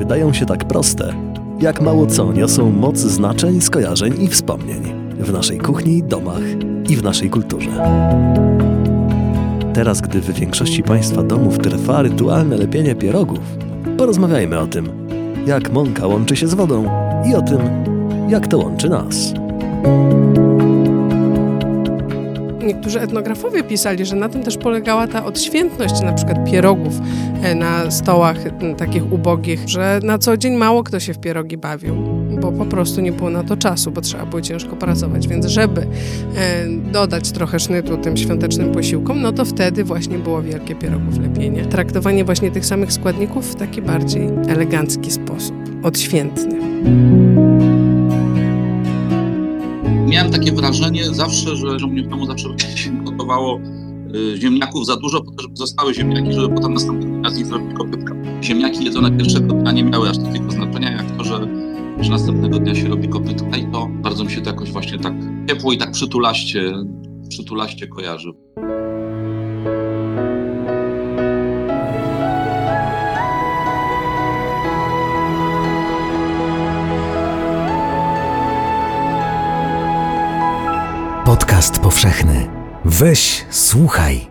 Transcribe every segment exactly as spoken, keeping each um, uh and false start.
wydają się tak proste, jak mało co niosą moc znaczeń, skojarzeń i wspomnień w naszej kuchni, domach i w naszej kulturze. Teraz, gdy w większości państwa domów trwa rytualne lepienie pierogów, porozmawiajmy o tym, jak mąka łączy się z wodą i o tym, jak to łączy nas. Niektórzy etnografowie pisali, że na tym też polegała ta odświętność na przykład pierogów na stołach takich ubogich, że na co dzień mało kto się w pierogi bawił, bo po prostu nie było na to czasu, bo trzeba było ciężko pracować. Więc żeby dodać trochę sznytu tym świątecznym posiłkom, no to wtedy właśnie było wielkie pierogów lepienie. Traktowanie właśnie tych samych składników w taki bardziej elegancki sposób, odświętny. Miałem takie wrażenie zawsze, że, że mnie w domu zawsze się gotowało y, ziemniaków za dużo, po to, żeby zostały ziemniaki, żeby potem następnego dnia z nich zrobić kopytka. Ziemniaki jedzone pierwszego dnia nie miały aż takiego znaczenia, jak to, że, że następnego dnia się robi kopytka i to bardzo mi się to jakoś właśnie tak ciepło i tak przytulaście, przytulaście kojarzy. Podcast powszechny. Weź, słuchaj.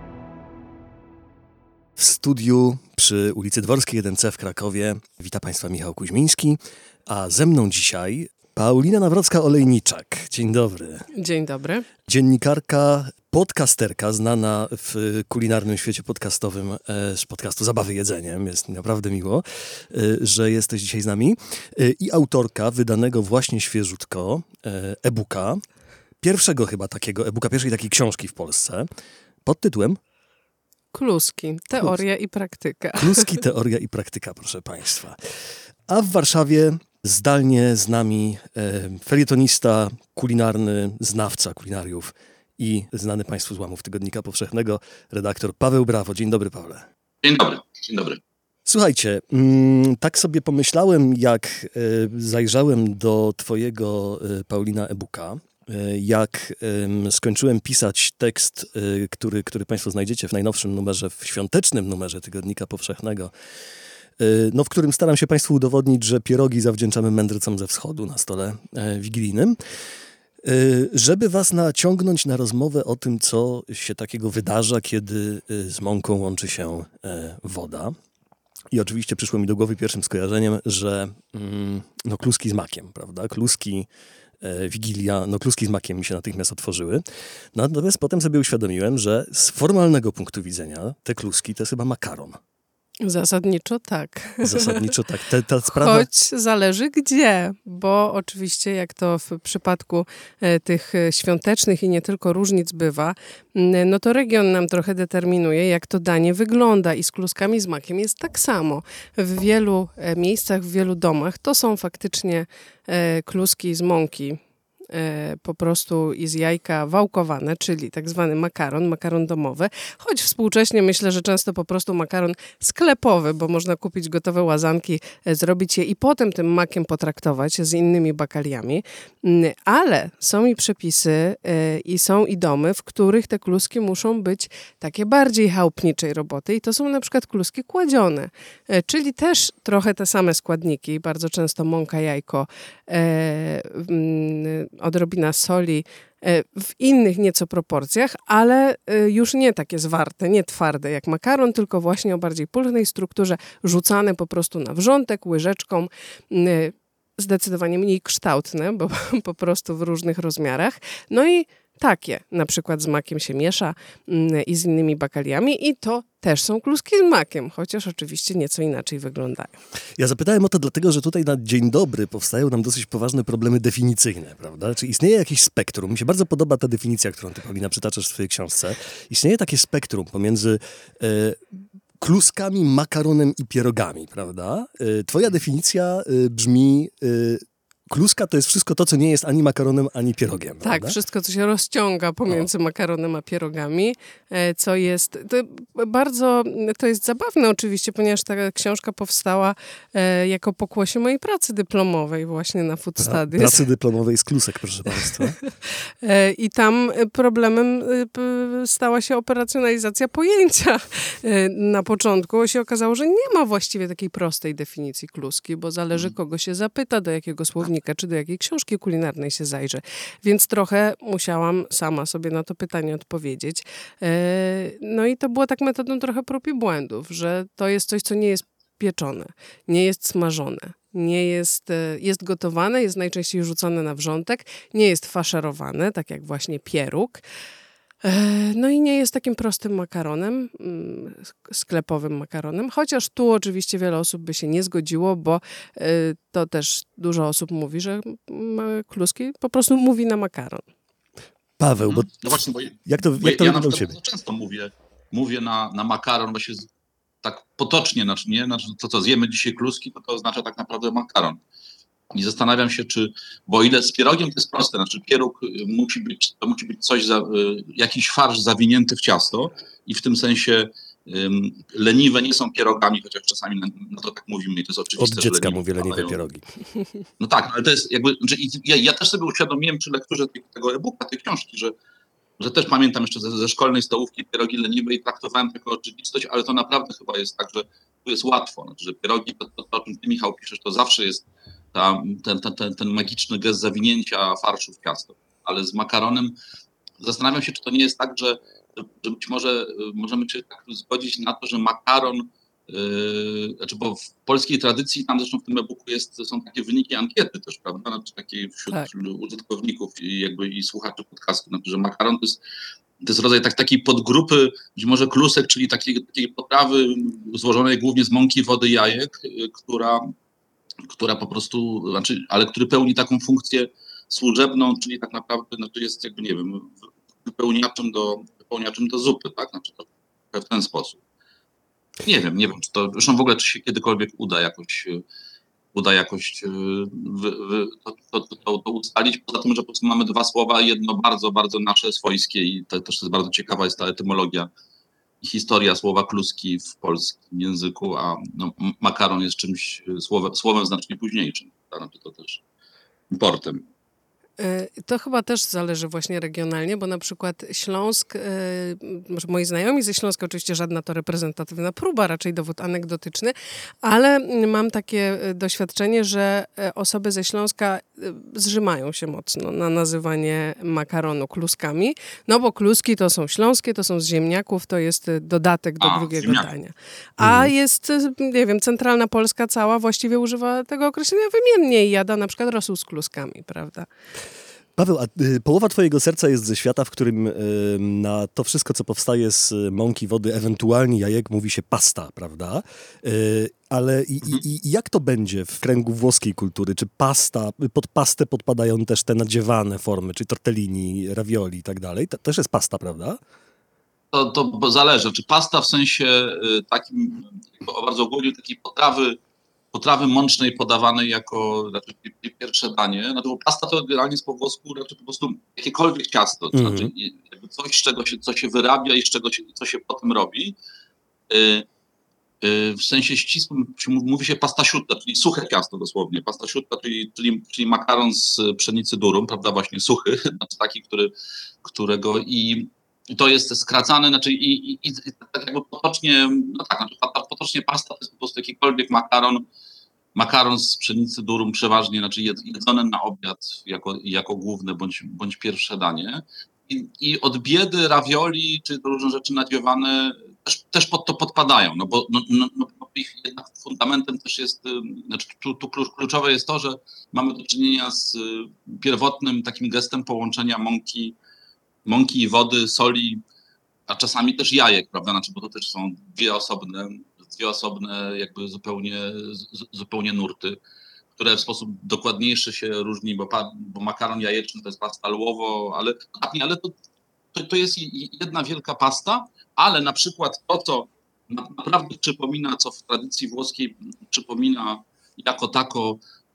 W studiu przy ulicy Dworskiej jeden C w Krakowie wita Państwa Michał Kuźmiński, a ze mną dzisiaj Paulina Nawrocka-Olejniczak. Dzień dobry. Dzień dobry. Dziennikarka, podcasterka, znana w kulinarnym świecie podcastowym z podcastu Zabawy Jedzeniem. Jest mi naprawdę miło, że jesteś dzisiaj z nami. I autorka wydanego właśnie świeżutko e-booka, pierwszego chyba takiego e-booka, pierwszej takiej książki w Polsce, pod tytułem Kluski, teoria Klus. i praktyka. Kluski, teoria i praktyka, proszę Państwa. A w Warszawie zdalnie z nami e, felietonista, kulinarny, znawca kulinariów i znany Państwu z łamów Tygodnika Powszechnego, redaktor Paweł Brawo. Dzień dobry, Pawle. Dzień dobry, dzień dobry. Słuchajcie, mm, tak sobie pomyślałem, jak e, zajrzałem do twojego, e, Paulina, e-booka, jak um, skończyłem pisać tekst, y, który, który Państwo znajdziecie w najnowszym numerze, w świątecznym numerze Tygodnika Powszechnego, y, no, w którym staram się Państwu udowodnić, że pierogi zawdzięczamy mędrcom ze wschodu na stole e, wigilijnym, y, żeby Was naciągnąć na rozmowę o tym, co się takiego wydarza, kiedy y, z mąką łączy się e, woda. I oczywiście przyszło mi do głowy pierwszym skojarzeniem, że mm, no, kluski z makiem, prawda? Kluski Wigilia, no kluski z makiem mi się natychmiast otworzyły. Natomiast potem sobie uświadomiłem, że z formalnego punktu widzenia te kluski to jest chyba makaron. Zasadniczo tak. Zasadniczo tak. Te, ta sprawa... Choć zależy gdzie, bo oczywiście jak to w przypadku e, tych świątecznych i nie tylko różnic bywa, no to region nam trochę determinuje, jak to danie wygląda i z kluskami z makiem jest tak samo. W wielu e, miejscach, w wielu domach to są faktycznie e, kluski z mąki, po prostu i z jajka wałkowane, czyli tak zwany makaron, makaron domowy, choć współcześnie myślę, że często po prostu makaron sklepowy, bo można kupić gotowe łazanki, zrobić je i potem tym makiem potraktować z innymi bakaliami, ale są i przepisy i są i domy, w których te kluski muszą być takie bardziej chałupniczej roboty i to są na przykład kluski kładzione, czyli też trochę te same składniki, bardzo często mąka, jajko, odrobina soli, w innych nieco proporcjach, ale już nie takie zwarte, nie twarde jak makaron, tylko właśnie o bardziej pulchnej strukturze, rzucane po prostu na wrzątek, łyżeczką, zdecydowanie mniej kształtne, bo po prostu w różnych rozmiarach. No i takie na przykład z makiem się miesza i z innymi bakaliami i to też są kluski z makiem, chociaż oczywiście nieco inaczej wyglądają. Ja zapytałem o to dlatego, że tutaj na dzień dobry powstają nam dosyć poważne problemy definicyjne, prawda? Czy istnieje jakieś spektrum? Mi się bardzo podoba ta definicja, którą ty, Paulina, przytaczasz w swojej książce. Istnieje takie spektrum pomiędzy e, kluskami, makaronem i pierogami, prawda? E, twoja definicja e, brzmi... E, kluska to jest wszystko to, co nie jest ani makaronem, ani pierogiem. Tak, prawda? wszystko, co się rozciąga pomiędzy o. makaronem a pierogami, co jest to bardzo, to jest zabawne oczywiście, ponieważ ta książka powstała jako pokłosie mojej pracy dyplomowej właśnie na Food Studies. Pracy dyplomowej z klusek, proszę państwa. I tam problemem stała się operacjonalizacja pojęcia. Na początku się okazało, że nie ma właściwie takiej prostej definicji kluski, bo zależy, kogo się zapyta, do jakiego słownika, czy do jakiej książki kulinarnej się zajrzy. Więc trochę musiałam sama sobie na to pytanie odpowiedzieć. No i to było tak metodą trochę prób i błędów, że to jest coś, co nie jest pieczone, nie jest smażone, nie jest, jest gotowane, jest najczęściej rzucone na wrzątek, nie jest faszerowane, tak jak właśnie pieróg. No i nie jest takim prostym makaronem, sklepowym makaronem, chociaż tu oczywiście wiele osób by się nie zgodziło, bo to też dużo osób mówi, że kluski po prostu mówi na makaron. Paweł, bo, no właśnie, bo jak to, bo jak to ja wygląda u ciebie? Często mówię, mówię na, na makaron, bo się tak potocznie, znaczy nie, znaczy to co zjemy dzisiaj kluski, to to oznacza tak naprawdę makaron. I zastanawiam się, czy, bo o ile z pierogiem to jest proste, znaczy pieróg musi być, to musi być coś, za, jakiś farsz zawinięty w ciasto i w tym sensie um, leniwe nie są pierogami, chociaż czasami na, na to tak mówimy i to jest oczywiste. Od dziecka leniwe mówię leniwe padają. Pierogi. No tak, ale to jest jakby, że ja, ja też sobie uświadomiłem przy lekturze tego e-booka, tej książki, że, że też pamiętam jeszcze ze, ze szkolnej stołówki pierogi leniwe i traktowałem to jako oczywistość, ale to naprawdę chyba jest tak, że tu jest łatwo, znaczy, że pierogi, to, to, to o czym ty, Michał, piszesz, to zawsze jest Ta, ten, ten, ten magiczny gest zawinięcia farszu w ciasto. Ale z makaronem zastanawiam się, czy to nie jest tak, że, że być może możemy się tak zgodzić na to, że makaron, yy, znaczy bo w polskiej tradycji, tam zresztą w tym e-booku jest, są takie wyniki ankiety też, prawda, znaczy takiej wśród tak. użytkowników i jakby i słuchaczy podcastu, znaczy, że makaron to jest To jest rodzaj tak, takiej podgrupy, być może klusek, czyli takiej, takiej potrawy złożonej głównie z mąki, wody, jajek, która która po prostu, znaczy, ale który pełni taką funkcję służebną, czyli tak naprawdę znaczy jest jakby, nie wiem, wypełniaczem do, wypełniaczem do zupy, tak? Znaczy to w ten sposób. Nie wiem, nie wiem, czy to, zresztą w ogóle, czy się kiedykolwiek uda jakoś, uda jakoś wy, wy, to, to, to, to ustalić. Poza tym, że po prostu mamy dwa słowa, jedno bardzo, bardzo nasze, swojskie i to też jest bardzo ciekawa jest ta etymologia i historia słowa kluski w polskim języku, a no, makaron jest czymś, słowem, słowem znacznie późniejszym, znaczy to też importem. To chyba też zależy właśnie regionalnie, bo na przykład Śląsk, moi znajomi ze Śląska, oczywiście żadna to reprezentatywna próba, raczej dowód anegdotyczny, ale mam takie doświadczenie, że osoby ze Śląska zrzymają się mocno na nazywanie makaronu kluskami, no bo kluski to są śląskie, to są z ziemniaków, to jest dodatek do A, drugiego ziemniaki. dania. A mhm. jest, nie wiem, centralna Polska cała właściwie używa tego określenia wymiennie i jada na przykład rosół z kluskami, prawda? Paweł, a y, połowa twojego serca jest ze świata, w którym y, na to wszystko, co powstaje z mąki, wody, ewentualnie jajek, mówi się pasta, prawda? Y, ale i, i, i jak to będzie w kręgu włoskiej kultury? Czy pasta, pod pastę podpadają też te nadziewane formy, czy tortellini, ravioli i tak dalej? To też jest pasta, prawda? To, to zależy. Czy pasta w sensie takim, bardzo ogólnie takiej potrawy, potrawy mącznej podawanej jako znaczy, pierwsze danie. Znaczy, bo pasta to generalnie jest po włosku znaczy, po prostu jakiekolwiek ciasto. To mm. znaczy jakby coś, z czego się, co się wyrabia i z czego się, co się potem robi. Yy, yy, w sensie ścisłym mówi się pasta asciutta, czyli suche ciasto dosłownie. Pasta asciutta, czyli, czyli, czyli makaron z pszenicy durum, prawda, właśnie suchy, znaczy taki, który, którego i I to jest skracane, znaczy i, i, i tak jakby potocznie, no tak, znaczy potocznie pasta to jest po prostu jakikolwiek makaron, makaron z pszenicy durum przeważnie, znaczy jedzony na obiad jako, jako główne bądź, bądź pierwsze danie. I, I od biedy ravioli czy różne rzeczy nadziewane też, też pod to podpadają, no bo no, no, no, ich jednak fundamentem też jest, znaczy tu, tu kluczowe jest to, że mamy do czynienia z pierwotnym takim gestem połączenia mąki, mąki i wody, soli, a czasami też jajek, prawda, znaczy, bo to też są dwie osobne, dwie osobne jakby zupełnie, z, zupełnie nurty, które w sposób dokładniejszy się różni, bo, pa, bo makaron jajeczny to jest pasta lłowo, ale, ale to, to, to jest jedna wielka pasta, ale na przykład to, co naprawdę przypomina, co w tradycji włoskiej przypomina jako tako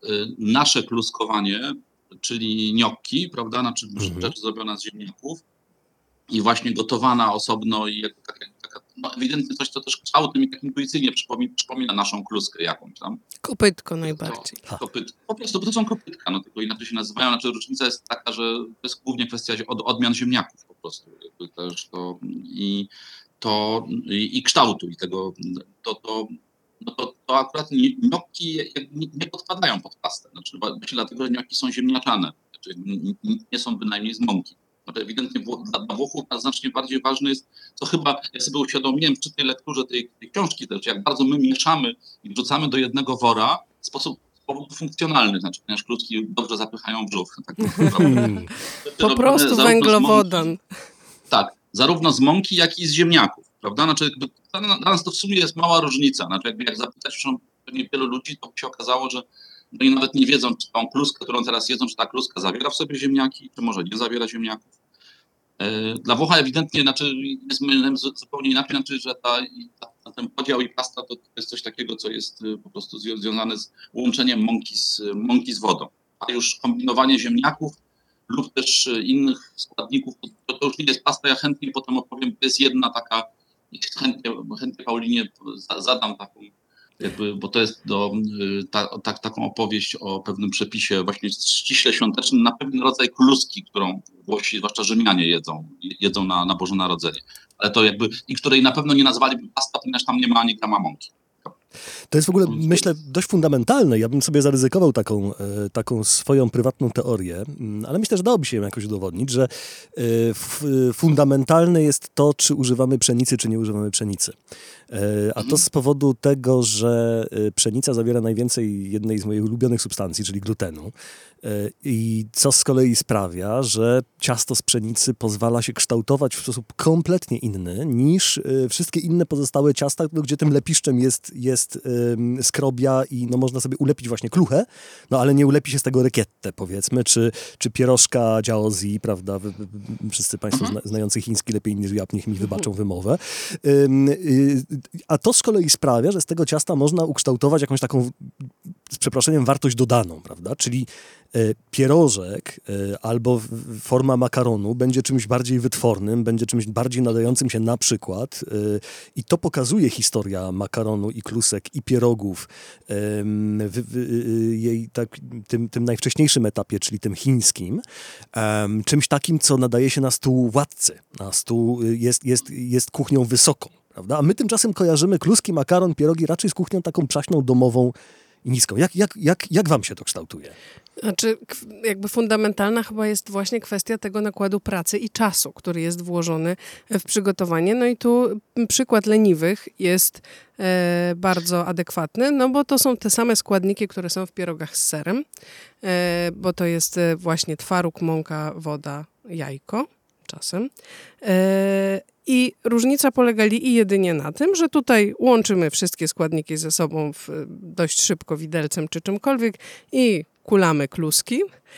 nasze kluskowanie, czyli gnocchi, prawda, znaczy Mhm. rzecz zrobiona z ziemniaków i właśnie gotowana osobno i jak, tak, jak, taka, no ewidentnie coś, co też kształtem i tak intuicyjnie przypomina, przypomina naszą kluskę jakąś tam. Kopytko najbardziej. To, kopyt, po prostu, bo to są kopytka, no tylko inaczej się nazywają, znaczy różnica jest taka, że to jest głównie kwestia od, odmian ziemniaków po prostu, jakby też to i to i, i kształtu i tego, to, to no to, to akurat gnocchi nie, nie podpadają pod pastę. Znaczy, właśnie dlatego, że gnocchi są ziemniaczane. Znaczy, nie są bynajmniej z mąki. No ewidentnie dla, dla Włochów znacznie bardziej ważne jest, co chyba ja sobie uświadomiłem przy tej lekturze tej, tej książki też, jak bardzo my mieszamy i wrzucamy do jednego wora w sposób funkcjonalny, znaczy ponieważ kluski dobrze zapychają brzuch. Tak, Hmm. Po prostu węglowodan. Tak, zarówno z mąki, jak i z ziemniaków, prawda? Znaczy, jakby, dla nas to w sumie jest mała różnica. Znaczy, jakby jak zapytać pewnie wielu ludzi, to by się okazało, że no i nawet nie wiedzą, czy tą kluskę, którą teraz jedzą, czy ta kluska zawiera w sobie ziemniaki, czy może nie zawiera ziemniaków. Dla Włocha ewidentnie znaczy, jest zupełnie inaczej, znaczy, że ta, ta, ten podział i pasta to jest coś takiego, co jest po prostu związane z łączeniem mąki z, mąki z wodą. A już kombinowanie ziemniaków lub też innych składników, to, to już nie jest pasta, ja chętnie potem opowiem, to jest jedna taka, chętnie, chętnie Paulinie zadam taką, jakby, bo to jest do, ta, ta, taką opowieść o pewnym przepisie właśnie ściśle świątecznym na pewien rodzaj kluski, którą Włosi, zwłaszcza Rzymianie jedzą, jedzą na, na Boże Narodzenie. Ale to jakby, i której na pewno nie nazwaliby pasta, ponieważ tam nie ma ani grama mąki. To jest w ogóle, myślę, dość fundamentalne. Ja bym sobie zaryzykował taką, e, taką swoją prywatną teorię, ale myślę, że dałoby się ją jakoś udowodnić, że e, f, fundamentalne jest to, czy używamy pszenicy, czy nie używamy pszenicy. E, a to z powodu tego, że pszenica zawiera najwięcej jednej z moich ulubionych substancji, czyli glutenu. E, I co z kolei sprawia, że ciasto z pszenicy pozwala się kształtować w sposób kompletnie inny niż e, wszystkie inne pozostałe ciasta, gdzie tym lepiszczem jest, jest skrobia i no można sobie ulepić właśnie kluchę, no ale nie ulepi się z tego rekietę, powiedzmy, czy, czy pierożka jiaozi, prawda? Wy, wy, wszyscy państwo zna, znający chiński lepiej niż ja, niech mi wybaczą wymowę. Ym, y, a to z kolei sprawia, że z tego ciasta można ukształtować jakąś taką, z przeproszeniem, wartość dodaną, prawda? Czyli pierożek albo forma makaronu będzie czymś bardziej wytwornym, będzie czymś bardziej nadającym się na przykład i to pokazuje historia makaronu i klusek i pierogów w, w jej tak, tym, tym najwcześniejszym etapie, czyli tym chińskim, czymś takim, co nadaje się na stół władcy, na stół jest, jest, jest kuchnią wysoką, prawda? A my tymczasem kojarzymy kluski, makaron, pierogi raczej z kuchnią taką przaśną, domową i niską. Jak, jak, jak, jak wam się to kształtuje? Znaczy, jakby fundamentalna chyba jest właśnie kwestia tego nakładu pracy i czasu, który jest włożony w przygotowanie. No i tu przykład leniwych jest e, bardzo adekwatny, no bo to są te same składniki, które są w pierogach z serem, e, bo to jest właśnie twaróg, mąka, woda, jajko czasem. E, I różnica polega li i jedynie na tym, że tutaj łączymy wszystkie składniki ze sobą w, dość szybko widelcem czy czymkolwiek i kulamy kluski,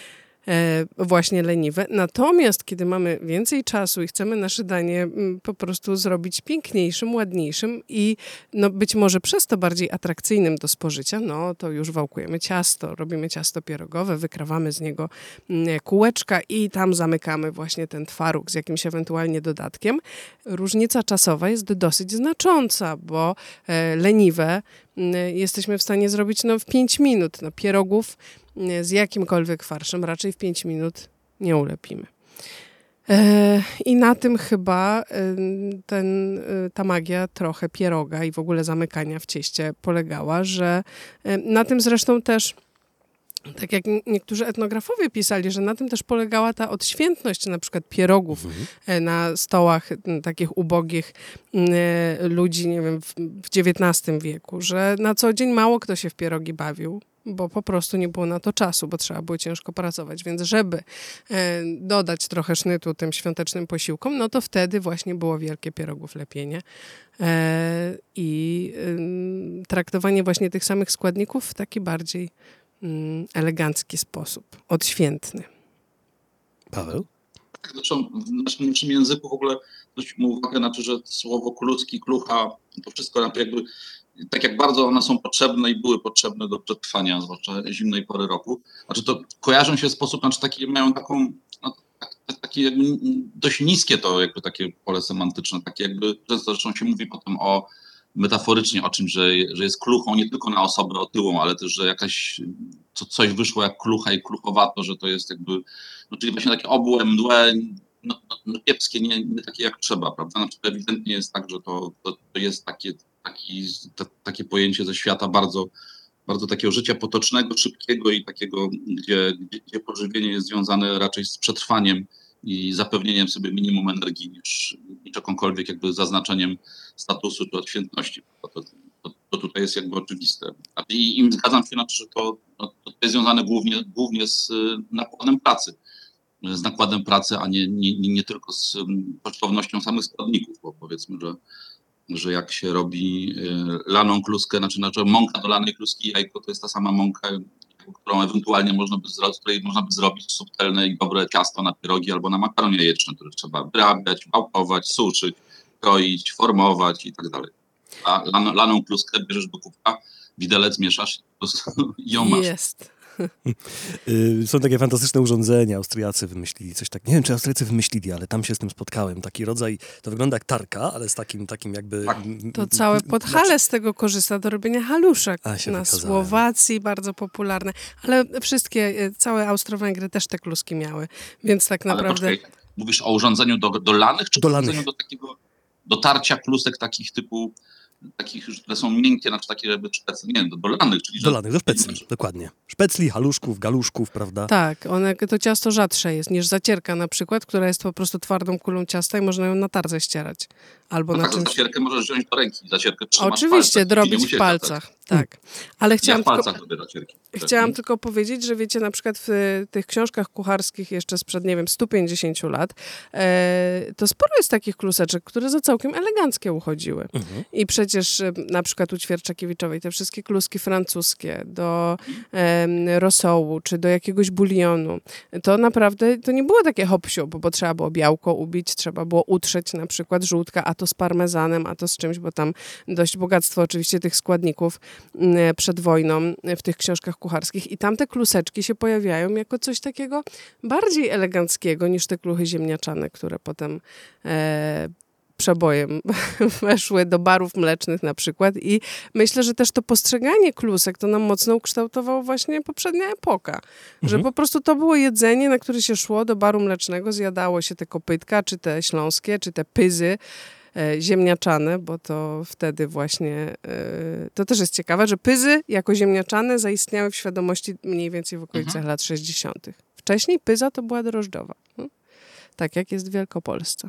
e, właśnie leniwe. Natomiast kiedy mamy więcej czasu i chcemy nasze danie m, po prostu zrobić piękniejszym, ładniejszym i no, być może przez to bardziej atrakcyjnym do spożycia, no to już wałkujemy ciasto, robimy ciasto pierogowe, wykrawamy z niego m, kółeczka i tam zamykamy właśnie ten twaróg z jakimś ewentualnie dodatkiem. Różnica czasowa jest dosyć znacząca, bo e, leniwe m, jesteśmy w stanie zrobić no, w pięć minut. No, pierogów z jakimkolwiek farszem raczej w pięć minut nie ulepimy. E, I na tym chyba e, ten, e, ta magia trochę pieroga i w ogóle zamykania w cieście polegała, że e, na tym zresztą też, tak jak niektórzy etnografowie pisali, że na tym też polegała ta odświętność na przykład pierogów mhm. na stołach takich ubogich e, ludzi, nie wiem, w, w dziewiętnastym wieku, że na co dzień mało kto się w pierogi bawił, bo po prostu nie było na to czasu, bo trzeba było ciężko pracować. Więc żeby e, dodać trochę sznytu tym świątecznym posiłkom, no to wtedy właśnie było wielkie pierogów lepienie e, i e, traktowanie właśnie tych samych składników w taki bardziej mm, elegancki sposób, odświętny. Paweł? Tak, zresztą w naszym, naszym języku w ogóle zwróćmy uwagę na to, że słowo kluski, klucha, to wszystko jakby tak jak bardzo one są potrzebne i były potrzebne do przetrwania, zwłaszcza zimnej pory roku. Znaczy to kojarzą się w sposób, znaczy taki, mają taką, no, takie jakby dość niskie to jakby takie pole semantyczne, takie jakby, często zresztą się mówi potem o, metaforycznie o czymś, że, że jest kluchą nie tylko na osobę otyłą, ale też, że jakaś, co, coś wyszło jak klucha i kluchowato, że to jest jakby, no czyli właśnie takie obłe, mdłe, no, no kiepskie, nie, nie takie jak trzeba, prawda? Znaczy to ewidentnie jest tak, że to, to, to jest takie, taki, to, takie pojęcie ze świata bardzo, bardzo takiego życia potocznego, szybkiego i takiego, gdzie, gdzie, gdzie pożywienie jest związane raczej z przetrwaniem i zapewnieniem sobie minimum energii niż, niż jakąkolwiek jakby zaznaczeniem statusu czy odświętności. To, to, to, to tutaj jest jakby oczywiste. I, i zgadzam się, znaczy, że to, no, to jest związane głównie, głównie z nakładem pracy. Z nakładem pracy, a nie, nie, nie tylko z kosztownością samych składników, bo powiedzmy, że, że jak się robi laną kluskę, znaczy, znaczy mąka do lanej kluski jajko, to jest ta sama mąka, którą ewentualnie można by zrobić, z której można by zrobić subtelne i dobre ciasto na pierogi albo na makaron jajeczny, które trzeba wyrabiać, wałkować, suszyć, kroić, formować i tak dalej. A lan, laną kluskę bierzesz do kubka, widelec mieszasz i ją masz. Jest. Są takie fantastyczne urządzenia, Austriacy wymyślili coś tak. Nie wiem, czy Austriacy wymyślili, ale tam się z tym spotkałem. Taki rodzaj, to wygląda jak tarka, ale z takim, takim jakby... Tak. To całe Podhale z tego korzysta do robienia haluszek. A, się na wykazałem. Słowacji bardzo popularne, ale wszystkie, całe Austro-Węgry też te kluski miały, więc tak naprawdę... Ale poczekaj, mówisz o urządzeniu do, do lanych, czy do urządzeniu lanych. do takiego, do tarcia klusek takich typu, takich, które są miękkie, znaczy takie jakby szpecli, nie, do, do lanych, czyli... Do że- lanych, do szpecli, dokładnie. Szpecli, haluszków, galuszków, prawda? Tak, one, to ciasto rzadsze jest niż zacierka na przykład, która jest po prostu twardą kulą ciasta i można ją na tardze ścierać. Albo No na tak, czymś... zacierkę możesz wziąć do ręki, zacierkę trzymasz Oczywiście, w palcach, ci drobić nie w ucieka, palcach, tak. Ale Ja chciałam w tylko... palcach robię zacierki. Chciałam tylko powiedzieć, że wiecie, na przykład w y, tych książkach kucharskich jeszcze sprzed, nie wiem, stu pięćdziesięciu lat, e, to sporo jest takich kluseczek, które za całkiem eleganckie uchodziły. Mhm. I przecież y, na przykład u Ćwierczakiewiczowej te wszystkie kluski francuskie do e, rosołu, czy do jakiegoś bulionu, to naprawdę, to nie było takie hop-siup, bo trzeba było białko ubić, trzeba było utrzeć na przykład żółtka, a to z parmezanem, a to z czymś, bo tam dość bogactwo oczywiście tych składników y, przed wojną w tych książkach kucharskich i tam te kluseczki się pojawiają jako coś takiego bardziej eleganckiego niż te kluchy ziemniaczane, które potem e, przebojem weszły do barów mlecznych na przykład i myślę, że też to postrzeganie klusek to nam mocno ukształtowało właśnie poprzednia epoka, że po prostu to było jedzenie, na które się szło do baru mlecznego, zjadało się te kopytka, czy te śląskie, czy te pyzy, e, ziemniaczane, bo to wtedy właśnie, e, to też jest ciekawe, że pyzy jako ziemniaczane zaistniały w świadomości mniej więcej w okolicach lat sześćdziesiątych. Wcześniej pyza to była drożdżowa. No? Tak jak jest w Wielkopolsce.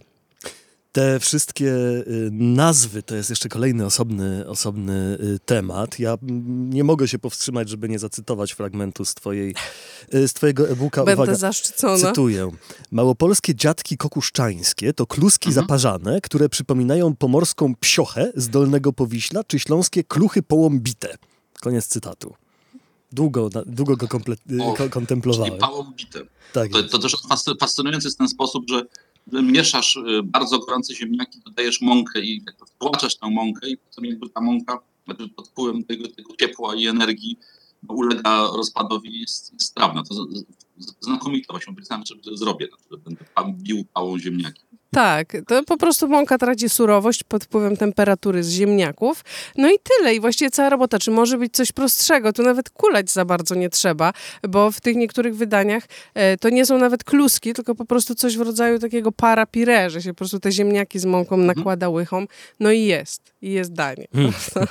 Te wszystkie y, nazwy to jest jeszcze kolejny osobny, osobny y, temat. Ja mm, nie mogę się powstrzymać, żeby nie zacytować fragmentu z twojej, y, z twojego e-booka. Będę Uwaga, zaszczycona. cytuję. Małopolskie dziadki kokuszczańskie to kluski Mhm. zaparzane, które przypominają pomorską psiochę z Dolnego Powiśla, czy śląskie kluchy połąbite. Koniec cytatu. Długo, na- długo go komple- O, ko- Czyli kontemplowałem. pałą bite. Tak To, jest. to też fascy- fascynujący jest ten sposób, że, że mieszasz y, bardzo gorące ziemniaki, dodajesz mąkę i jakby wtłaczasz tę mąkę i potem jakby ta mąka jakby pod wpływem tego, tego ciepła i energii no, ulega rozpadowi i jest, jest strawna. To z- z- znakomite. Właśnie obiecałem, że to zrobię, znaczy, że będę pa- bił pałą ziemniaki. Tak, to po prostu mąka traci surowość pod wpływem temperatury z ziemniaków. No i tyle. I właściwie cała robota. Czy może być coś prostszego? Tu nawet kulać za bardzo nie trzeba, bo w tych niektórych wydaniach e, to nie są nawet kluski, tylko po prostu coś w rodzaju takiego para pire, że się po prostu te ziemniaki z mąką nakłada łychą. No i jest. I jest danie. prawda?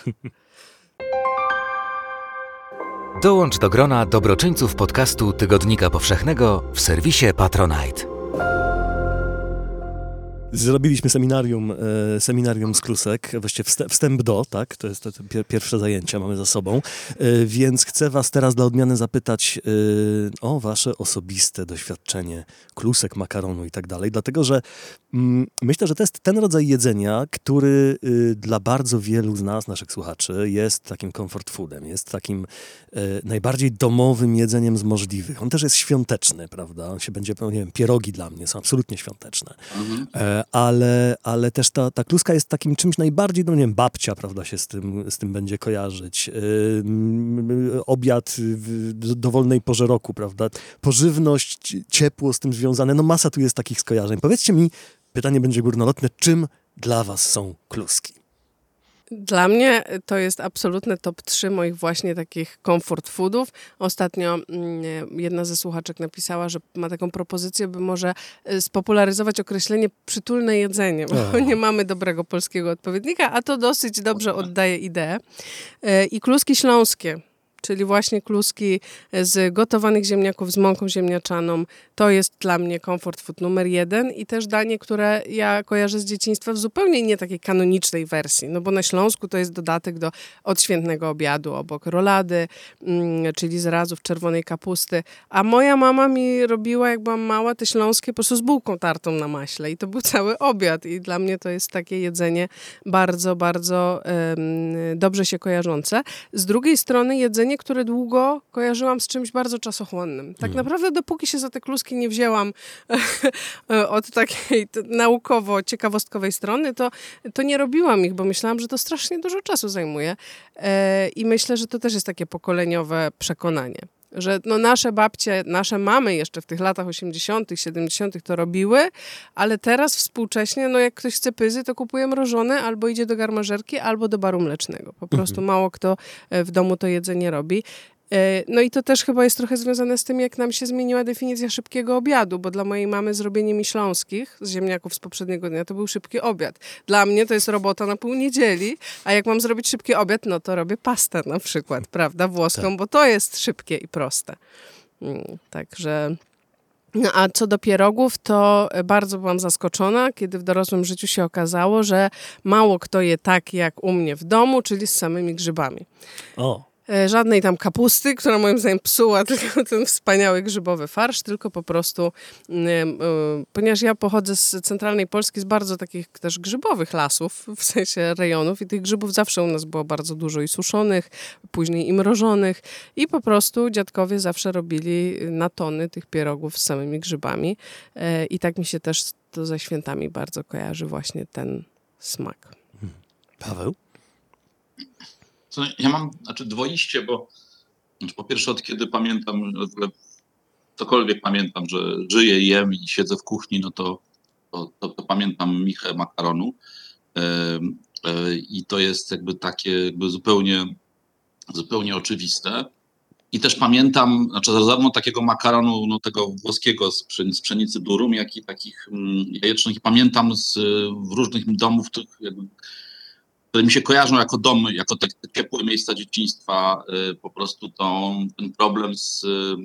Dołącz do grona dobroczyńców podcastu Tygodnika Powszechnego w serwisie Patronite. Zrobiliśmy seminarium, e, seminarium z klusek, właściwie wstęp, wstęp do, tak? To jest to, to pier- pierwsze zajęcia mamy za sobą. E, więc chcę was teraz dla odmiany zapytać e, o wasze osobiste doświadczenie klusek, makaronu i tak dalej, dlatego że mm, myślę, że to jest ten rodzaj jedzenia, który y, dla bardzo wielu z nas, naszych słuchaczy, jest takim comfort foodem, jest takim e, najbardziej domowym jedzeniem z możliwych. On też jest świąteczny, prawda? On się będzie, nie wiem, pierogi dla mnie są absolutnie świąteczne. Mhm. E, ale, ale też ta, ta kluska jest takim czymś najbardziej, no nie wiem, babcia, prawda, się z tym, z tym będzie kojarzyć. Obiad w dowolnej porze roku, prawda, pożywność, ciepło z tym związane, no masa tu jest takich skojarzeń. Powiedzcie mi, pytanie będzie górnolotne, czym dla was są kluski? Dla mnie to jest absolutne top trzy moich właśnie takich comfort foodów. Ostatnio jedna ze słuchaczek napisała, że ma taką propozycję, by może spopularyzować określenie przytulne jedzenie, bo oh. nie mamy dobrego polskiego odpowiednika, a to dosyć dobrze oddaje ideę. I kluski śląskie, czyli właśnie kluski z gotowanych ziemniaków z mąką ziemniaczaną. To jest dla mnie comfort food numer jeden i też danie, które ja kojarzę z dzieciństwa w zupełnie nie takiej kanonicznej wersji, no bo na Śląsku to jest dodatek do odświętnego obiadu, obok rolady, mm, czyli zrazów czerwonej kapusty, a moja mama mi robiła, jak byłam mała, te śląskie po prostu z bułką tartą na maśle i to był cały obiad i dla mnie to jest takie jedzenie bardzo, bardzo um, dobrze się kojarzące. Z drugiej strony jedzenie, które długo kojarzyłam z czymś bardzo czasochłonnym. Tak mm. naprawdę dopóki się za te kluski nie wzięłam od takiej naukowo-ciekawostkowej strony, to, to nie robiłam ich, bo myślałam, że to strasznie dużo czasu zajmuje. E, I myślę, że to też jest takie pokoleniowe przekonanie. Że no nasze babcie, nasze mamy jeszcze w tych latach osiemdziesiątych, siedemdziesiątych to robiły, ale teraz współcześnie, no jak ktoś chce pyzy, to kupuje mrożone, albo idzie do garmażerki, albo do baru mlecznego. Po prostu mhm. mało kto w domu to jedzenie robi. No i to też chyba jest trochę związane z tym, jak nam się zmieniła definicja szybkiego obiadu, bo dla mojej mamy zrobienie mi śląskich z ziemniaków z poprzedniego dnia to był szybki obiad. Dla mnie to jest robota na pół niedzieli, a jak mam zrobić szybki obiad, no to robię pastę na przykład, prawda, włoską, tak. bo to jest szybkie i proste. Także... No a co do pierogów, to bardzo byłam zaskoczona, kiedy w dorosłym życiu się okazało, że mało kto je tak jak u mnie w domu, czyli z samymi grzybami. O. Żadnej tam kapusty, która moim zdaniem psuła tylko ten wspaniały grzybowy farsz, tylko po prostu, yy, yy, ponieważ ja pochodzę z centralnej Polski, z bardzo takich też grzybowych lasów, w sensie rejonów i tych grzybów zawsze u nas było bardzo dużo i suszonych, później i mrożonych i po prostu dziadkowie zawsze robili na tony tych pierogów z samymi grzybami yy, i tak mi się też to ze świętami bardzo kojarzy właśnie ten smak. Paweł? Ja mam, znaczy dwoiście, bo znaczy po pierwsze od kiedy pamiętam, w ogóle cokolwiek pamiętam, że żyję, jem i siedzę w kuchni, no to, to, to, to pamiętam michę makaronu yy, yy, i to jest jakby takie jakby zupełnie, zupełnie oczywiste. I też pamiętam, znaczy zarówno takiego makaronu, no tego włoskiego z pszenicy, z pszenicy durum, jak i takich mm, jajecznych. I pamiętam z w różnych domów, tych jakby, które mi się kojarzą jako domy, jako te ciepłe miejsca dzieciństwa, po prostu to, ten problem z,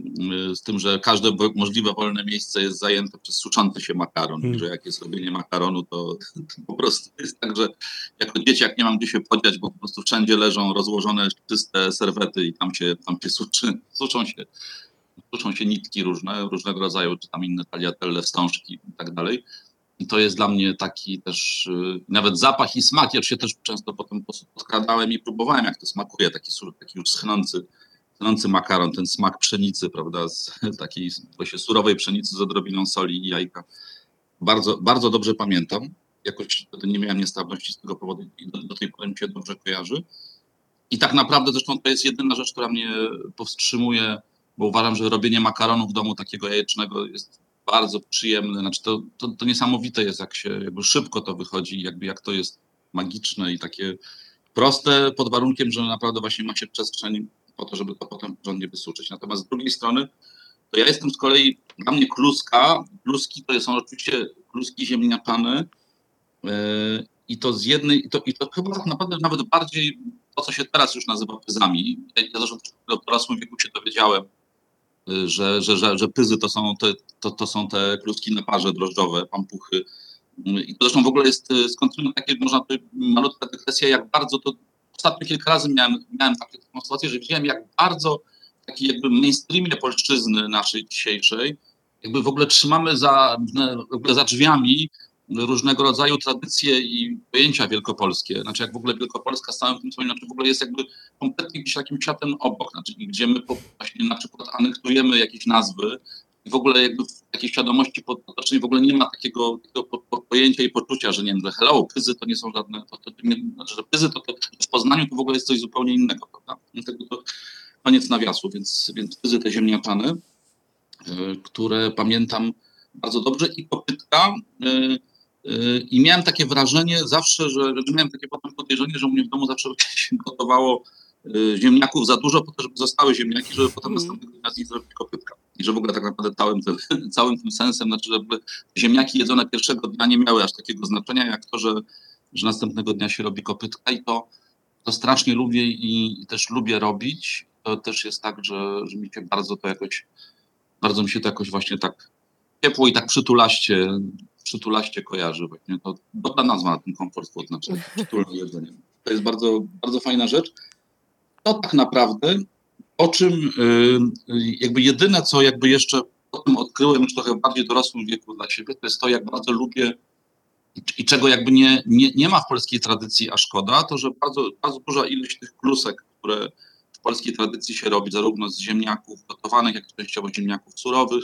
z tym, że każde możliwe wolne miejsce jest zajęte przez suczący się makaron, hmm. że jak jest robienie makaronu, to, to po prostu jest tak, że jako dzieciak nie mam gdzie się podziać, bo po prostu wszędzie leżą rozłożone czyste serwety i tam się, tam się suczy, suczą się, suczą się nitki różne, różnego rodzaju, czy tam inne tagliatelle, wstążki i tak dalej. I to jest dla mnie taki też, yy, nawet zapach i smak. Ja się też często potem podkradałem i próbowałem, jak to smakuje, taki, taki już schnący, schnący makaron, ten smak pszenicy, prawda, z takiej właśnie surowej pszenicy z odrobiną soli i jajka. Bardzo, bardzo dobrze pamiętam. Jakoś wtedy nie miałem niestrawności z tego powodu i do, do tej pory mi się dobrze kojarzy. I tak naprawdę zresztą to jest jedyna rzecz, która mnie powstrzymuje, bo uważam, że robienie makaronu w domu takiego jajecznego jest bardzo przyjemne, znaczy to, to, to niesamowite jest, jak się jakby szybko to wychodzi, jakby jak to jest magiczne i takie proste, pod warunkiem, że naprawdę właśnie ma się przestrzeń po to, żeby to potem porządnie wysuszyć. Natomiast z drugiej strony, to ja jestem z kolei, dla mnie kluska, kluski to są oczywiście kluski ziemniaczane yy, i to z jednej, i to, i to chyba tak naprawdę nawet bardziej to, co się teraz już nazywa pyzami. Ja, ja zresztą w dorosłym wieku się dowiedziałem, Że, że, że, że pyzy to są te, to, to są te kluski na parze drożdżowe, pampuchy. I to zresztą w ogóle jest skądinąd takie, można powiedzieć, malutka dygresja, jak bardzo to, ostatnio kilka razy miałem, miałem taką sytuację, że widziałem, jak bardzo w takiej jakby mainstreamie polszczyzny naszej dzisiejszej, jakby w ogóle trzymamy za, w ogóle za drzwiami różnego rodzaju tradycje i pojęcia wielkopolskie. Znaczy jak w ogóle Wielkopolska z całym tym swoim, znaczy w ogóle jest jakby kompletnie gdzieś takim światem obok, znaczy gdzie my po, właśnie na przykład anektujemy jakieś nazwy w ogóle jakby w takiej świadomości potocznej w ogóle nie ma takiego, takiego po, po, pojęcia i poczucia, że nie wiem, że hello, pyzy to nie są żadne, to, to, to nie, znaczy, że pyzy to, to w Poznaniu to w ogóle jest coś zupełnie innego, prawda? Dlatego to koniec nawiasu, więc, więc pyzy te ziemniaczane, y, które pamiętam bardzo dobrze i kopytka y, y, i miałem takie wrażenie zawsze, że, że miałem takie potem podejrzenie, że u mnie w domu zawsze się gotowało ziemniaków za dużo, po to, żeby zostały ziemniaki, żeby potem następnego dnia z nich zrobić kopytka. I że w ogóle tak naprawdę całym tym, całym tym sensem, znaczy, żeby ziemniaki jedzone pierwszego dnia nie miały aż takiego znaczenia, jak to, że, że następnego dnia się robi kopytka i to, to strasznie lubię i, i też lubię robić. To też jest tak, że, że mi się bardzo to jakoś, bardzo mi się to jakoś właśnie tak ciepło i tak przytulaście, przytulaście kojarzy. Właśnie to dobra nazwa na ten comfort food, znaczy przytulne jedzenie. To jest bardzo, bardzo fajna rzecz. To tak naprawdę, o czym jakby jedyne, co jakby jeszcze potem odkryłem już trochę bardziej dorosłym wieku dla siebie, to jest to, jak bardzo lubię i czego jakby nie, nie, nie ma w polskiej tradycji, a szkoda, to że bardzo, bardzo duża ilość tych klusek, które w polskiej tradycji się robi, zarówno z ziemniaków gotowanych, jak i częściowo ziemniaków surowych,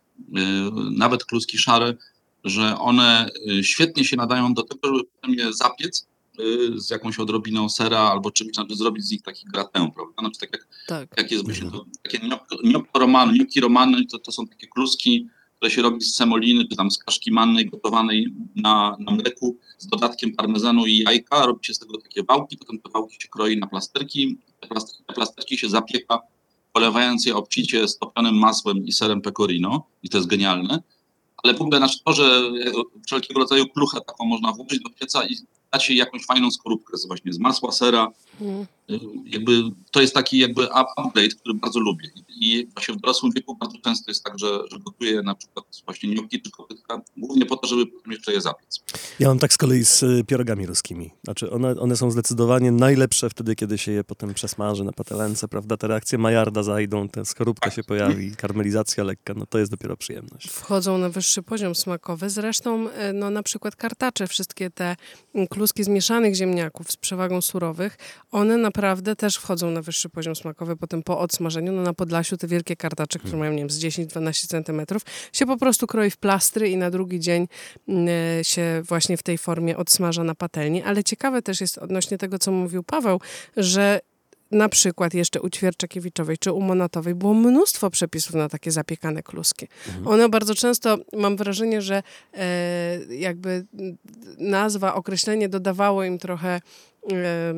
nawet kluski szare, że one świetnie się nadają do tego, żeby potem je zapiec z jakąś odrobiną sera albo czymś, znaczy zrobić z nich taki gratę, prawda? Znaczy tak jak, tak. jak jest właśnie to, takie gnocchi romane, gnocchi romane, to, to są takie kluski, które się robi z semoliny, czy tam z kaszki mannej gotowanej na, na mleku z dodatkiem parmezanu i jajka, robi się z tego takie wałki, potem te wałki się kroi na plasterki, te plasterki, te plasterki się zapieka, polewając je obcicie stopionym masłem i serem pecorino i to jest genialne, ale w ogóle znaczy to, że wszelkiego rodzaju kluchę taką można włożyć do pieca i dać jej jakąś fajną skorupkę z, właśnie z masła, sera. Mm. Jakby to jest taki jakby upgrade, który bardzo lubię. I właśnie w dorosłym wieku bardzo często jest tak, że, że gotuję na przykład właśnie gnocchi czy kopytka, głównie po to, żeby potem jeszcze je zapiec. Ja mam tak z kolei z pierogami ruskimi. Znaczy one, one są zdecydowanie najlepsze wtedy, kiedy się je potem przesmaży na patelence, prawda? Te reakcje Maillarda zajdą, ta skorupka tak. się pojawi, karmelizacja lekka, no to jest dopiero przyjemność. Wchodzą na wyższy poziom smakowy. Zresztą no na przykład kartacze, wszystkie te kluski z mieszanych ziemniaków z przewagą surowych, one naprawdę też wchodzą na wyższy poziom smakowy potem po odsmażeniu. No na Podlasiu te wielkie kartacze, które mają, nie wiem, z dziesięć do dwunastu centymetrów, się po prostu kroi w plastry i na drugi dzień y, się właśnie w tej formie odsmaża na patelni. Ale ciekawe też jest odnośnie tego, co mówił Paweł, że na przykład jeszcze u Ćwierczakiewiczowej czy u Monatowej było mnóstwo przepisów na takie zapiekane kluski. Mhm. One bardzo często, mam wrażenie, że e, jakby nazwa, określenie dodawało im trochę e,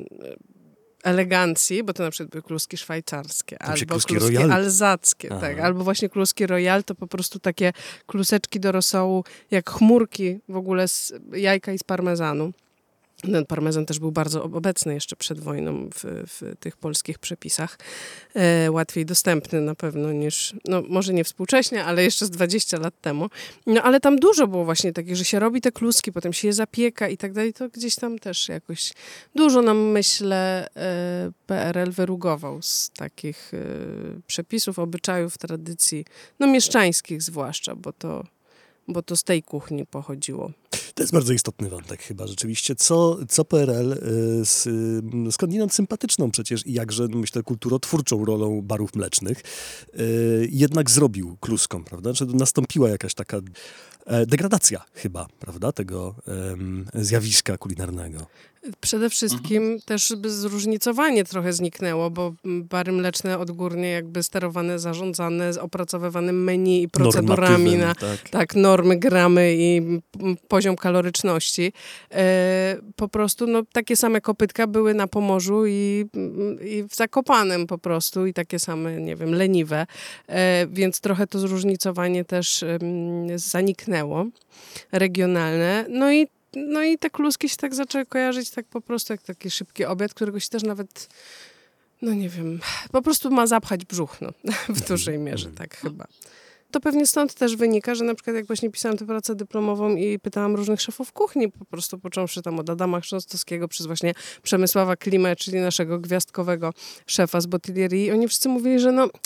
elegancji, bo to na przykład były kluski szwajcarskie, to albo kluski, kluski alzackie, tak, albo właśnie kluski royal, to po prostu takie kluseczki do rosołu, jak chmurki w ogóle z jajka i z parmezanu. Ten parmezan też był bardzo obecny jeszcze przed wojną w, w tych polskich przepisach. E, łatwiej dostępny na pewno niż, no może nie współcześnie, ale jeszcze z dwadzieścia lat temu. No ale tam dużo było właśnie takich, że się robi te kluski, potem się je zapieka i tak dalej. To gdzieś tam też jakoś dużo nam, myślę, e, P R L wyrugował z takich e, przepisów, obyczajów, tradycji, no mieszczańskich zwłaszcza, bo to, bo to z tej kuchni pochodziło. To jest bardzo istotny wątek chyba rzeczywiście. Co, co P R L z skądinąd sympatyczną przecież i jakże, myślę, kulturotwórczą rolą barów mlecznych jednak zrobił kluskom, prawda? Że nastąpiła jakaś taka degradacja chyba, prawda? Tego um, zjawiska kulinarnego. Przede wszystkim mhm. też zróżnicowanie trochę zniknęło, bo bary mleczne odgórnie jakby sterowane, zarządzane, z opracowywanym menu i procedurami na tak. tak, normy, gramy i poziom kaloryczności. E, po prostu no, takie same kopytka były na Pomorzu i, i w Zakopanem po prostu i takie same, nie wiem, leniwe. E, więc trochę to zróżnicowanie też um, zaniknęło, regionalne. No i No i te kluski się tak zaczęły kojarzyć tak po prostu jak taki szybki obiad, którego się też nawet, no nie wiem, po prostu ma zapchać brzuch, no, w dużej mierze, tak chyba. To pewnie stąd też wynika, że na przykład jak właśnie pisałam tę pracę dyplomową i pytałam różnych szefów kuchni, po prostu począwszy tam od Adama Chrząstowskiego przez właśnie Przemysława Klimę, czyli naszego gwiazdkowego szefa z Bottiglieri, oni wszyscy mówili, że no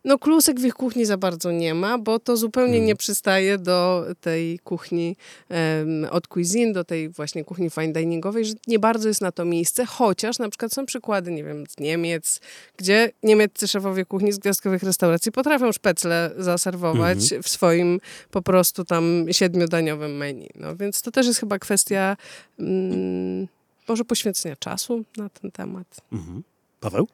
No klusek w ich kuchni za bardzo nie ma, bo to zupełnie Mhm. nie przystaje do tej kuchni em, od cuisine, do tej właśnie kuchni fine diningowej, że nie bardzo jest na to miejsce, chociaż na przykład są przykłady, nie wiem, z Niemiec, gdzie niemieccy szefowie kuchni z gwiazdkowych restauracji potrafią szpecle zaserwować Mhm. w swoim po prostu tam siedmiodaniowym menu. No więc to też jest chyba kwestia mm, może poświęcenia czasu na ten temat. Mhm. Paweł?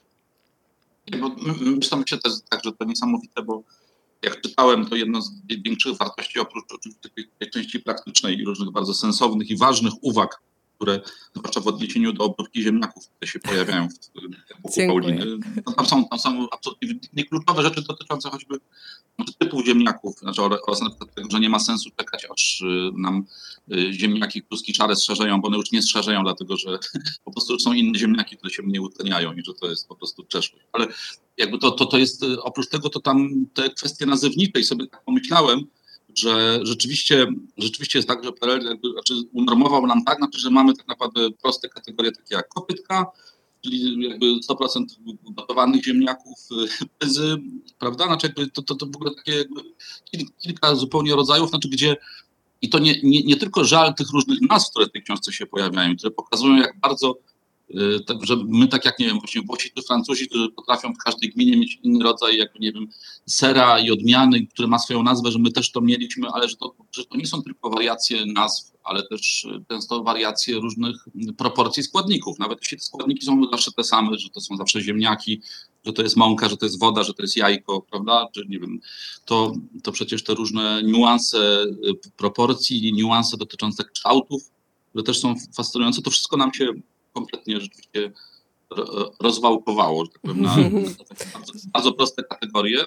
Nie, bo myślę, myślę też tak, że to niesamowite, bo jak czytałem, to jedno z większych wartości, oprócz oczywiście tej, tej części praktycznej i różnych bardzo sensownych i ważnych uwag, które zwłaszcza w odniesieniu do obróbki ziemniaków, które się pojawiają w tym buku Dziękuję. Pauliny, no tam, są, tam są absolutnie kluczowe rzeczy dotyczące choćby typu ziemniaków, znaczy oraz na przykład tego, że nie ma sensu czekać, aż y, nam y, ziemniaki kluski szare zszerzeją, bo one już nie zszerzeją, dlatego że po prostu już są inne ziemniaki, które się mniej utleniają i że to jest po prostu przeszłość. Ale jakby to, to, to jest, y, oprócz tego, to tam te kwestie nazewnicze i sobie tak pomyślałem, że rzeczywiście, rzeczywiście jest tak, że P R L jakby, znaczy unormował nam tak, znaczy, że mamy tak naprawdę proste kategorie takie jak kopytka, czyli jakby sto procent gotowanych ziemniaków, pyzy, prawda? Znaczy jakby to, to, to w ogóle takie jakby kilka zupełnie rodzajów, znaczy gdzie i to nie, nie, nie tylko żal tych różnych nazw, które w tej książce się pojawiają, które pokazują jak bardzo, yy, tak, że my tak jak, nie wiem, właśnie Włosi czy Francuzi, którzy potrafią w każdej gminie mieć inny rodzaj jakby, nie wiem, sera i odmiany, który ma swoją nazwę, że my też to mieliśmy, ale że to, że to nie są tylko wariacje nazw, ale też często wariacje różnych proporcji składników. Nawet jeśli te składniki są zawsze te same, że to są zawsze ziemniaki, że to jest mąka, że to jest woda, że to jest jajko, prawda? Czy nie wiem, to, to przecież te różne niuanse proporcji, niuanse dotyczące kształtów, które też są fascynujące, to wszystko nam się kompletnie rzeczywiście rozwałkowało, że tak powiem, na, na takie bardzo, bardzo proste kategorie.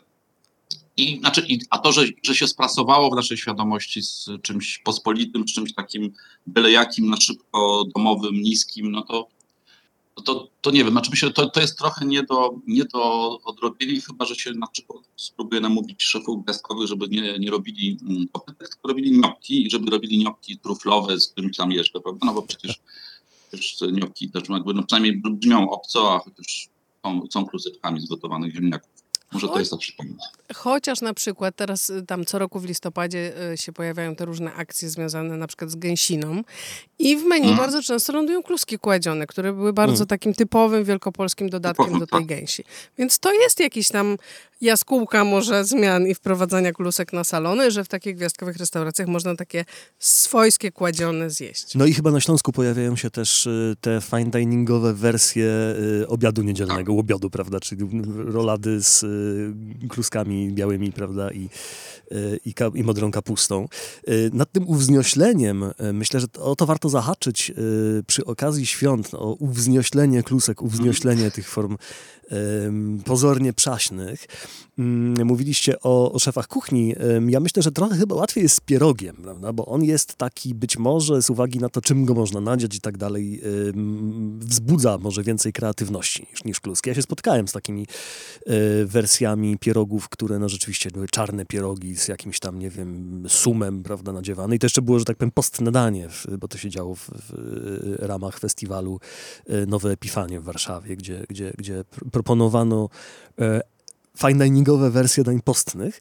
I, znaczy, i, a to, że, że się sprasowało w naszej świadomości z czymś pospolitym, z czymś takim byle jakim, na szybko domowym, niskim, no to, to, to nie wiem, znaczy myślę, że to, to jest trochę nie do, nie do odrobienia, chyba że się na przykład spróbuje namówić szefów gwiazdkowych, żeby nie, nie robili kopytek, tylko robili gnocchi i żeby robili gnocchi truflowe z czymś tam jeszcze, prawda? No bo przecież, przecież gnocchi też jakby, no przynajmniej brzmią obco, a chociaż są, są kluseczkami z gotowanych ziemniaków. Może to jest lepszy pomysł. Chociaż na przykład teraz tam co roku w listopadzie się pojawiają te różne akcje związane na przykład z gęsiną i w menu mm. bardzo często lądują kluski kładzione, które były bardzo mm. takim typowym wielkopolskim dodatkiem typowym, do tej tak. gęsi. Więc to jest jakiś tam jaskółka może zmian i wprowadzania klusek na salony, że w takich gwiazdkowych restauracjach można takie swojskie kładzione zjeść. No i chyba na Śląsku pojawiają się też te fine diningowe wersje obiadu niedzielnego, łobiodu, prawda, czyli rolady z kluskami białymi, prawda, i, i, ka- i modrą kapustą. Nad tym uwzniośleniem myślę, że o to warto zahaczyć przy okazji świąt, o uwznioślenie klusek, uwznioślenie tych form pozornie przaśnych. Mówiliście o, o szefach kuchni. Ja myślę, że trochę chyba łatwiej jest z pierogiem, prawda? Bo on jest taki być może z uwagi na to, czym go można nadziać i tak dalej, wzbudza może więcej kreatywności niż, niż kluski. Ja się spotkałem z takimi wersjami pierogów, które no rzeczywiście były czarne pierogi z jakimś tam, nie wiem, sumem, prawda, nadziewane. I to jeszcze było, że tak powiem, postnadanie, bo to się działo w, w ramach festiwalu Nowe Epifanie w Warszawie, gdzie, gdzie, gdzie proponowano e, fine diningowe wersje dań postnych.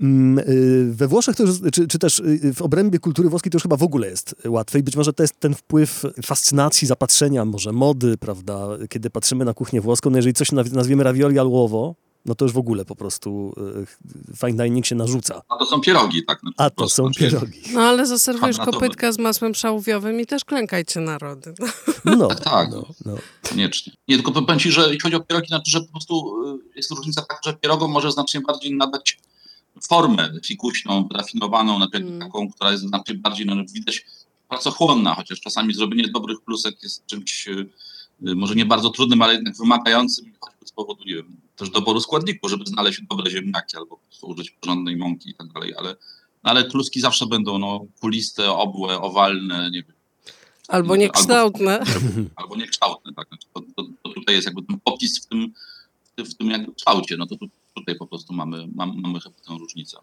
We Włoszech to już, czy, czy też w obrębie kultury włoskiej to już chyba w ogóle jest łatwiej. Być może to jest ten wpływ fascynacji, zapatrzenia, może mody, prawda, kiedy patrzymy na kuchnię włoską, no jeżeli coś nazwiemy ravioli al uovo, no to już w ogóle po prostu y, fine dining się narzuca. A to są pierogi, tak? No, A to są znaczy, pierogi. No ale zaserwujesz kopytka z masłem szałwiowym i też klękajcie narody. No, tak, tak. No, no. Koniecznie. Nie, tylko powiem ci, że jeśli chodzi o pierogi, znaczy, że po prostu jest różnica taka, że pierogom może znacznie bardziej nadać formę fikuśną, rafinowaną, na przykład mm. taką, która jest znacznie bardziej, no, widać, pracochłonna, chociaż czasami zrobienie dobrych klusek jest czymś może nie bardzo trudnym, ale jednak wymagającym, choćby z powodu, nie wiem, też doboru składników, żeby znaleźć dobre ziemniaki albo po prostu użyć porządnej mąki i tak dalej, ale, ale kluski zawsze będą no, kuliste, obłe, owalne, nie wiem. Albo niekształtne. Albo, albo niekształtne, tak. Znaczy, to, to, to tutaj jest jakby ten popis w tym, w tym jakby kształcie, no to tu, tutaj po prostu mamy, mamy, mamy chyba tę różnicę.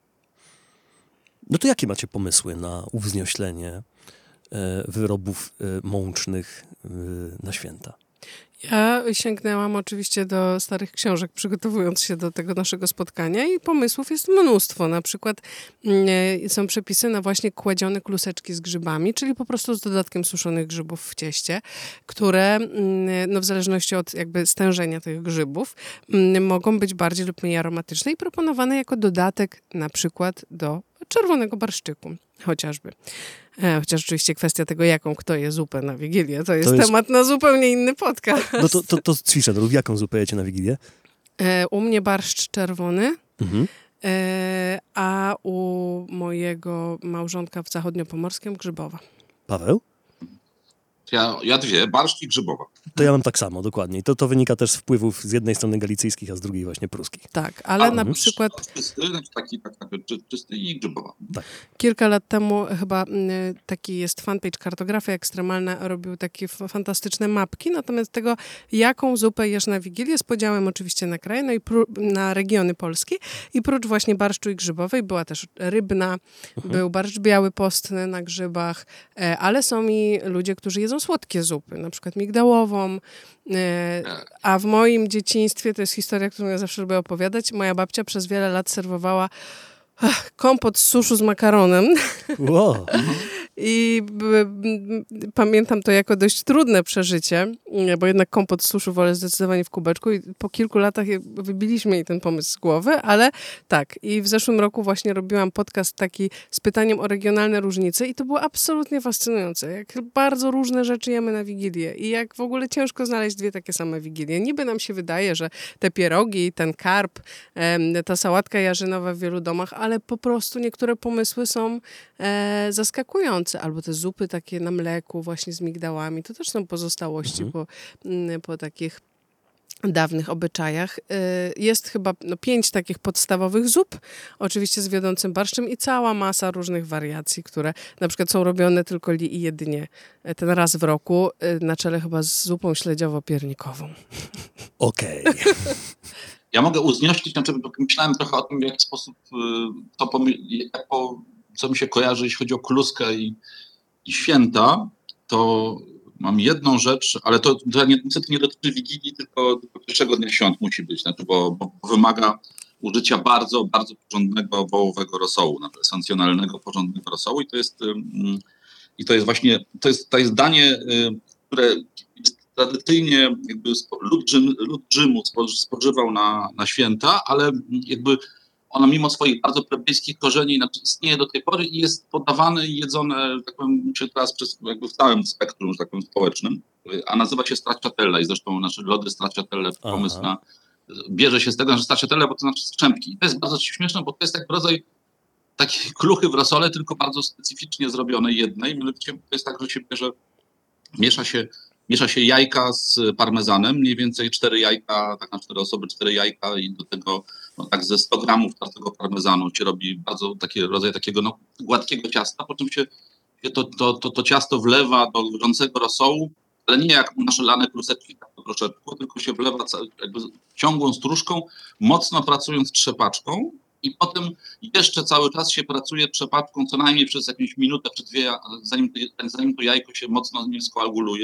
No to jakie macie pomysły na uwznioślenie wyrobów mącznych na święta? Ja sięgnęłam oczywiście do starych książek, przygotowując się do tego naszego spotkania i pomysłów jest mnóstwo. Na przykład y, są przepisy na właśnie kładzione kluseczki z grzybami, czyli po prostu z dodatkiem suszonych grzybów w cieście, które y, no w zależności od jakby stężenia tych grzybów y, mogą być bardziej lub mniej aromatyczne i proponowane jako dodatek na przykład do czerwonego barszczyku chociażby. E, chociaż oczywiście kwestia tego, jaką kto je zupę na Wigilię, to jest, to jest... temat na zupełnie inny podcast. No to, to, to ćwiczę, to jaką zupę jecie na Wigilię? E, u mnie barszcz czerwony, mhm. e, a u mojego małżonka w zachodniopomorskim grzybowa. Paweł? Ja, ja dwie, barszcz i grzybowa. To ja mam tak samo, dokładnie. To, to wynika też z wpływów z jednej strony galicyjskich, a z drugiej właśnie pruskich. Tak, ale a, na mhm. przykład... Czysty, taki, tak, tak, czysty i grzybowa. Tak. Kilka lat temu chyba taki jest fanpage Kartografia Ekstremalna, robił takie fantastyczne mapki na temat tego, jaką zupę jesz na Wigilię, z podziałem oczywiście na kraje, no i pró- na regiony Polski. I prócz właśnie barszczu i grzybowej była też rybna, mhm. był barszcz biały postny na grzybach, ale są i ludzie, którzy jedzą słodkie zupy, na przykład migdałową, a w moim dzieciństwie, to jest historia, którą ja zawsze lubię opowiadać, moja babcia przez wiele lat serwowała kompot z suszu z makaronem. Wow. I b, b, pamiętam to jako dość trudne przeżycie, bo jednak kompot z suszu wolę zdecydowanie w kubeczku i po kilku latach wybiliśmy jej ten pomysł z głowy, ale tak. I w zeszłym roku właśnie robiłam podcast taki z pytaniem o regionalne różnice i to było absolutnie fascynujące, jak bardzo różne rzeczy jemy na Wigilię i jak w ogóle ciężko znaleźć dwie takie same Wigilie. Niby nam się wydaje, że te pierogi, ten karp, ta sałatka jarzynowa w wielu domach, ale po prostu niektóre pomysły są e, zaskakujące. Albo te zupy takie na mleku właśnie z migdałami. To też są pozostałości mhm. po, po takich dawnych obyczajach. Jest chyba no, pięć takich podstawowych zup, oczywiście z wiodącym barszczem i cała masa różnych wariacji, które na przykład są robione tylko li i jedynie ten raz w roku, na czele chyba z zupą śledziowo-piernikową. Okej. Okay. Ja mogę uznioślić, znaczy myślałem trochę o tym, w jaki sposób to po, co mi się kojarzy, jeśli chodzi o kluskę i, i święta, to mam jedną rzecz, ale to, to niestety nie dotyczy Wigilii, tylko, tylko pierwszego dnia świąt musi być, znaczy, bo, bo wymaga użycia bardzo, bardzo porządnego wołowego rosołu, znaczy esencjonalnego, porządnego rosołu i to jest, um, i to jest właśnie, to jest, to jest danie, um, które jest tradycyjnie jakby lud, Rzym, lud Rzymu spożywał na, na święta, ale jakby ono mimo swoich bardzo plebejskich korzeni znaczy istnieje do tej pory i jest podawane i jedzone, tak powiem, teraz przez, jakby w całym spektrum, że tak powiem, społecznym, a nazywa się stracciatella i zresztą nasze lody stracciatelle, pomysł na, bierze się z tego, że stracciatella, bo to znaczy strzępki. I to jest bardzo śmieszne, bo to jest taki rodzaj takiej kluchy w rosole, tylko bardzo specyficznie zrobionej jednej. Mianowicie to jest tak, że się bierze, miesza się Miesza się jajka z parmezanem, mniej więcej cztery jajka, tak na cztery osoby, cztery jajka i do tego no, tak ze sto gramów tego parmezanu się robi bardzo taki rodzaj takiego no, gładkiego ciasta, po czym się to, to, to, to ciasto wlewa do gorącego rosołu, ale nie jak nasze lane kluseczki tak po troszeczku, tylko się wlewa jakby ciągłą stróżką, mocno pracując trzepaczką i potem jeszcze cały czas się pracuje trzepaczką co najmniej przez jakąś minutę czy dwie, zanim to, zanim to jajko się mocno nie skoaguluje,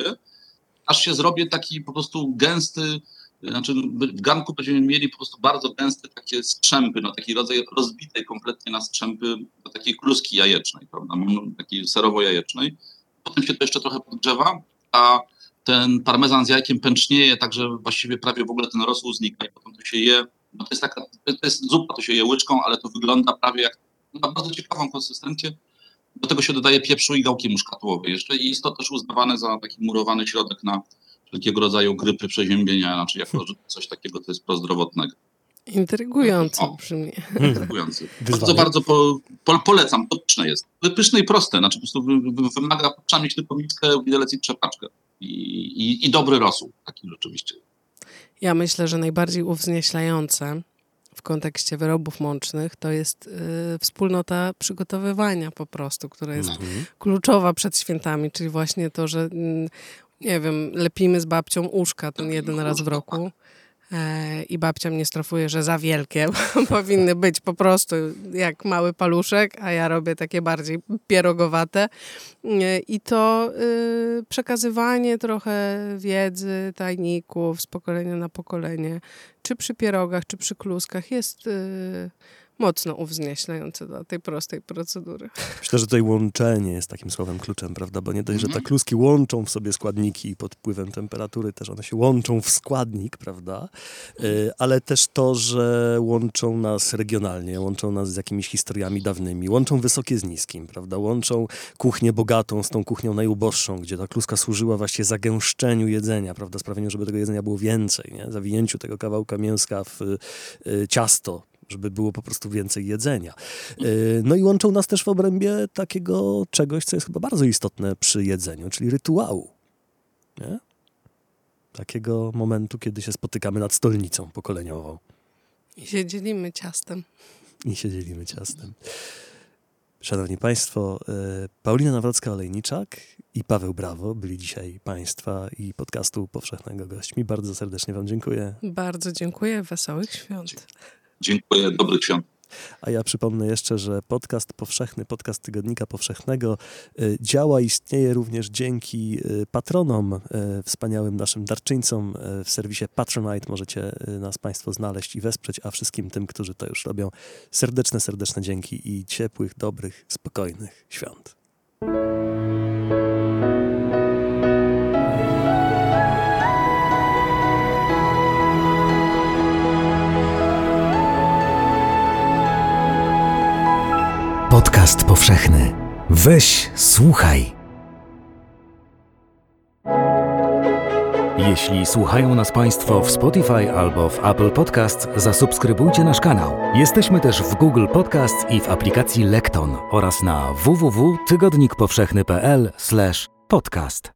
aż się zrobię taki po prostu gęsty, znaczy w garnku będziemy mieli po prostu bardzo gęste takie strzępy, no taki rodzaj rozbitej kompletnie na strzępy do takiej kluski jajecznej, prawda, takiej serowo-jajecznej. Potem się to jeszcze trochę podgrzewa, a ten parmezan z jajkiem pęcznieje, także właściwie prawie w ogóle ten rosół znika i potem to się je, no to jest taka, to jest zupa, to się je łyczką, ale to wygląda prawie jak, ma bardzo ciekawą konsystencję. Do tego się dodaje pieprzu i gałki muszkatołowe jeszcze i jest to też uznawane za taki murowany środek na wszelkiego rodzaju grypy, przeziębienia, znaczy jako coś takiego, to jest prozdrowotnego. Intrygująco brzmi. Intrygujący. Bardzo, bardzo po, po, polecam, to pyszne jest. Pyszne i proste, znaczy po prostu wymaga, trzeba mieć tylko miskę, widelec i trzepaczkę i, i, i dobry rosół, taki rzeczywiście. Ja myślę, że najbardziej uwznieślające w kontekście wyrobów mącznych, to jest y, wspólnota przygotowywania po prostu, która jest mhm. kluczowa przed świętami, czyli właśnie to, że y, nie wiem, lepimy z babcią uszka ten jeden raz w roku. e, i babcia mnie strofuje, że za wielkie, powinny być po prostu jak mały paluszek, a ja robię takie bardziej pierogowate. E, I to e, przekazywanie trochę wiedzy, tajników z pokolenia na pokolenie, czy przy pierogach, czy przy kluskach jest e, mocno uwznieślające do tej prostej procedury. Myślę, że tutaj łączenie jest takim słowem kluczem, prawda? Bo nie dość, że te kluski łączą w sobie składniki i pod wpływem temperatury też one się łączą w składnik, prawda? Yy, ale też to, że łączą nas regionalnie, łączą nas z jakimiś historiami dawnymi, łączą wysokie z niskim, prawda? Łączą kuchnię bogatą z tą kuchnią najuboższą, gdzie ta kluska służyła właśnie zagęszczeniu jedzenia, prawda? Sprawieniu, żeby tego jedzenia było więcej, nie? Zawinięciu tego kawałka mięska w yy, ciasto, żeby było po prostu więcej jedzenia. No i łączą nas też w obrębie takiego czegoś, co jest chyba bardzo istotne przy jedzeniu, czyli rytuału. Nie? Takiego momentu, kiedy się spotykamy nad stolnicą pokoleniową. I się dzielimy ciastem. I się dzielimy ciastem. Szanowni Państwo, Paulina Nawrocka-Olejniczak i Paweł Brawo byli dzisiaj Państwa i podcastu Powszechnego gośćmi. Bardzo serdecznie Wam dziękuję. Bardzo dziękuję. Wesołych świąt. Dziękuję, dobrych świąt. A ja przypomnę jeszcze, że podcast powszechny, podcast Tygodnika Powszechnego y, działa, istnieje również dzięki y, patronom, y, wspaniałym naszym darczyńcom y, w serwisie Patronite. Możecie y, nas Państwo znaleźć i wesprzeć, a wszystkim tym, którzy to już robią, serdeczne, serdeczne dzięki i ciepłych, dobrych, spokojnych świąt. Podcast powszechny. Weź, słuchaj. Jeśli słuchają nas Państwo w Spotify albo w Apple Podcasts, zasubskrybujcie nasz kanał. Jesteśmy też w Google Podcasts i w aplikacji Lekton oraz na w w w kropka tygodnik powszechny kropka p l slash podcast.